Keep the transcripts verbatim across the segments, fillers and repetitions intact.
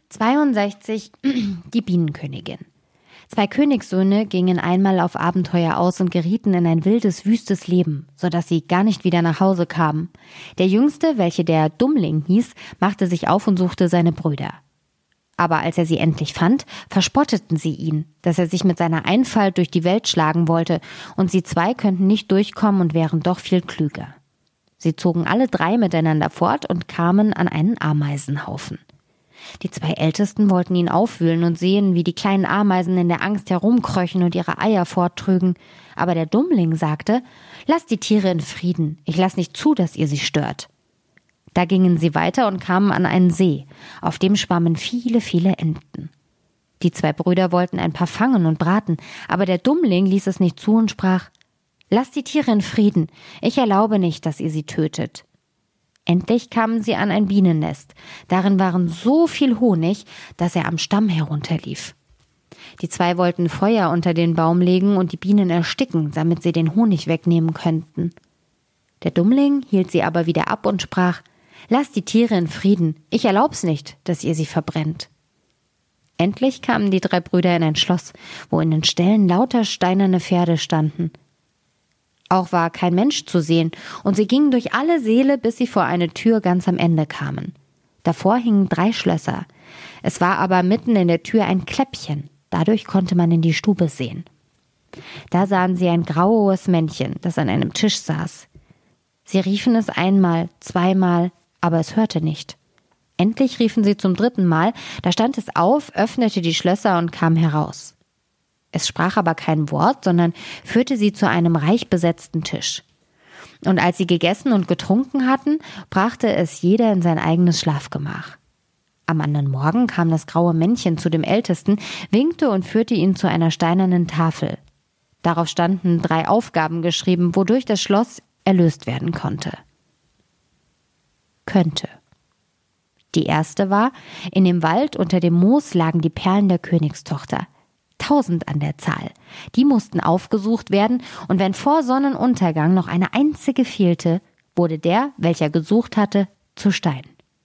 zweiundsechzig. Die Bienenkönigin. Zwei Königssöhne gingen einmal auf Abenteuer aus und gerieten in ein wildes, wüstes Leben, sodass sie gar nicht wieder nach Hause kamen. Der Jüngste, welcher der Dummling hieß, machte sich auf und suchte seine Brüder. Aber als er sie endlich fand, verspotteten sie ihn, dass er sich mit seiner Einfalt durch die Welt schlagen wollte, und sie zwei könnten nicht durchkommen und wären doch viel klüger. Sie zogen alle drei miteinander fort und kamen an einen Ameisenhaufen. Die zwei Ältesten wollten ihn aufwühlen und sehen, wie die kleinen Ameisen in der Angst herumkröchen und ihre Eier forttrügen. Aber der Dummling sagte: »Lasst die Tiere in Frieden, ich lass nicht zu, dass ihr sie stört.« Da gingen sie weiter und kamen an einen See, auf dem schwammen viele, viele Enten. Die zwei Brüder wollten ein paar fangen und braten, aber der Dummling ließ es nicht zu und sprach: »Lasst die Tiere in Frieden, ich erlaube nicht, dass ihr sie tötet.« Endlich kamen sie an ein Bienennest. Darin waren so viel Honig, dass er am Stamm herunterlief. Die zwei wollten Feuer unter den Baum legen und die Bienen ersticken, damit sie den Honig wegnehmen könnten. Der Dummling hielt sie aber wieder ab und sprach: »Lasst die Tiere in Frieden, ich erlaub's nicht, dass ihr sie verbrennt.« Endlich kamen die drei Brüder in ein Schloss, wo in den Ställen lauter steinerne Pferde standen. Auch war kein Mensch zu sehen, und sie gingen durch alle Säle, bis sie vor eine Tür ganz am Ende kamen. Davor hingen drei Schlösser. Es war aber mitten in der Tür ein Kläppchen, dadurch konnte man in die Stube sehen. Da sahen sie ein graues Männchen, das an einem Tisch saß. Sie riefen es einmal, zweimal, aber es hörte nicht. Endlich riefen sie zum dritten Mal, da stand es auf, öffnete die Schlösser und kam heraus. Es sprach aber kein Wort, sondern führte sie zu einem reich besetzten Tisch. Und als sie gegessen und getrunken hatten, brachte es jeder in sein eigenes Schlafgemach. Am anderen Morgen kam das graue Männchen zu dem Ältesten, winkte und führte ihn zu einer steinernen Tafel. Darauf standen drei Aufgaben geschrieben, wodurch das Schloss erlöst werden konnte. Könnte. Die erste war: In dem Wald unter dem Moos lagen die Perlen der Königstochter. Tausend an der Zahl. Die mussten aufgesucht werden, und wenn vor Sonnenuntergang noch eine einzige fehlte, wurde der, welcher gesucht hatte, zu Stein.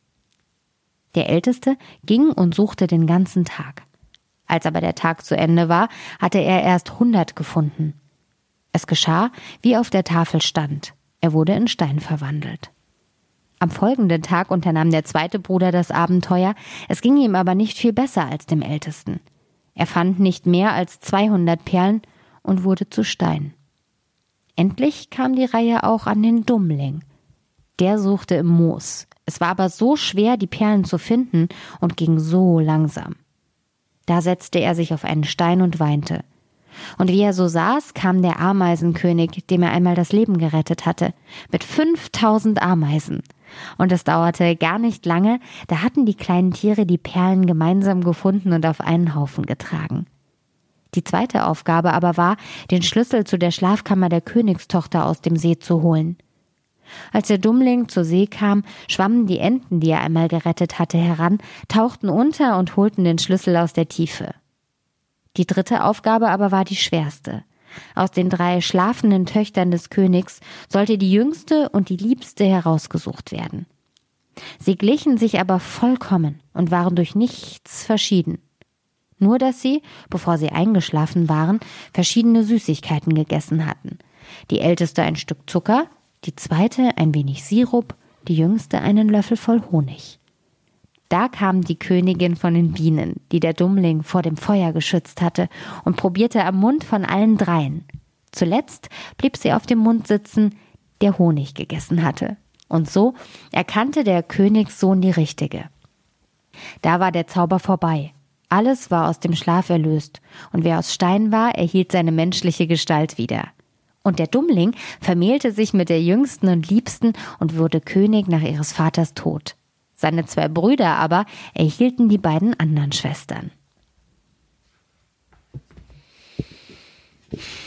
Der Älteste ging und suchte den ganzen Tag. Als aber der Tag zu Ende war, hatte er erst hundert gefunden. Es geschah, wie auf der Tafel stand. Er wurde in Stein verwandelt. Am folgenden Tag unternahm der zweite Bruder das Abenteuer, es ging ihm aber nicht viel besser als dem Ältesten. Er fand nicht mehr als zweihundert Perlen und wurde zu Stein. Endlich kam die Reihe auch an den Dummling. Der suchte im Moos. Es war aber so schwer, die Perlen zu finden, und ging so langsam. Da setzte er sich auf einen Stein und weinte. Und wie er so saß, kam der Ameisenkönig, dem er einmal das Leben gerettet hatte, mit fünftausend Ameisen. Und es dauerte gar nicht lange, da hatten die kleinen Tiere die Perlen gemeinsam gefunden und auf einen Haufen getragen. Die zweite Aufgabe aber war, den Schlüssel zu der Schlafkammer der Königstochter aus dem See zu holen. Als der Dummling zur See kam, schwammen die Enten, die er einmal gerettet hatte, heran, tauchten unter und holten den Schlüssel aus der Tiefe. Die dritte Aufgabe aber war die schwerste. Aus den drei schlafenden Töchtern des Königs sollte die jüngste und die liebste herausgesucht werden. Sie glichen sich aber vollkommen und waren durch nichts verschieden. Nur dass sie, bevor sie eingeschlafen waren, verschiedene Süßigkeiten gegessen hatten. Die älteste ein Stück Zucker, die zweite ein wenig Sirup, die jüngste einen Löffel voll Honig. Da kam die Königin von den Bienen, die der Dummling vor dem Feuer geschützt hatte, und probierte am Mund von allen dreien. Zuletzt blieb sie auf dem Mund sitzen, der Honig gegessen hatte. Und so erkannte der Königssohn die richtige. Da war der Zauber vorbei. Alles war aus dem Schlaf erlöst, und wer aus Stein war, erhielt seine menschliche Gestalt wieder. Und der Dummling vermählte sich mit der jüngsten und liebsten und wurde König nach ihres Vaters Tod. Seine zwei Brüder aber erhielten die beiden anderen Schwestern.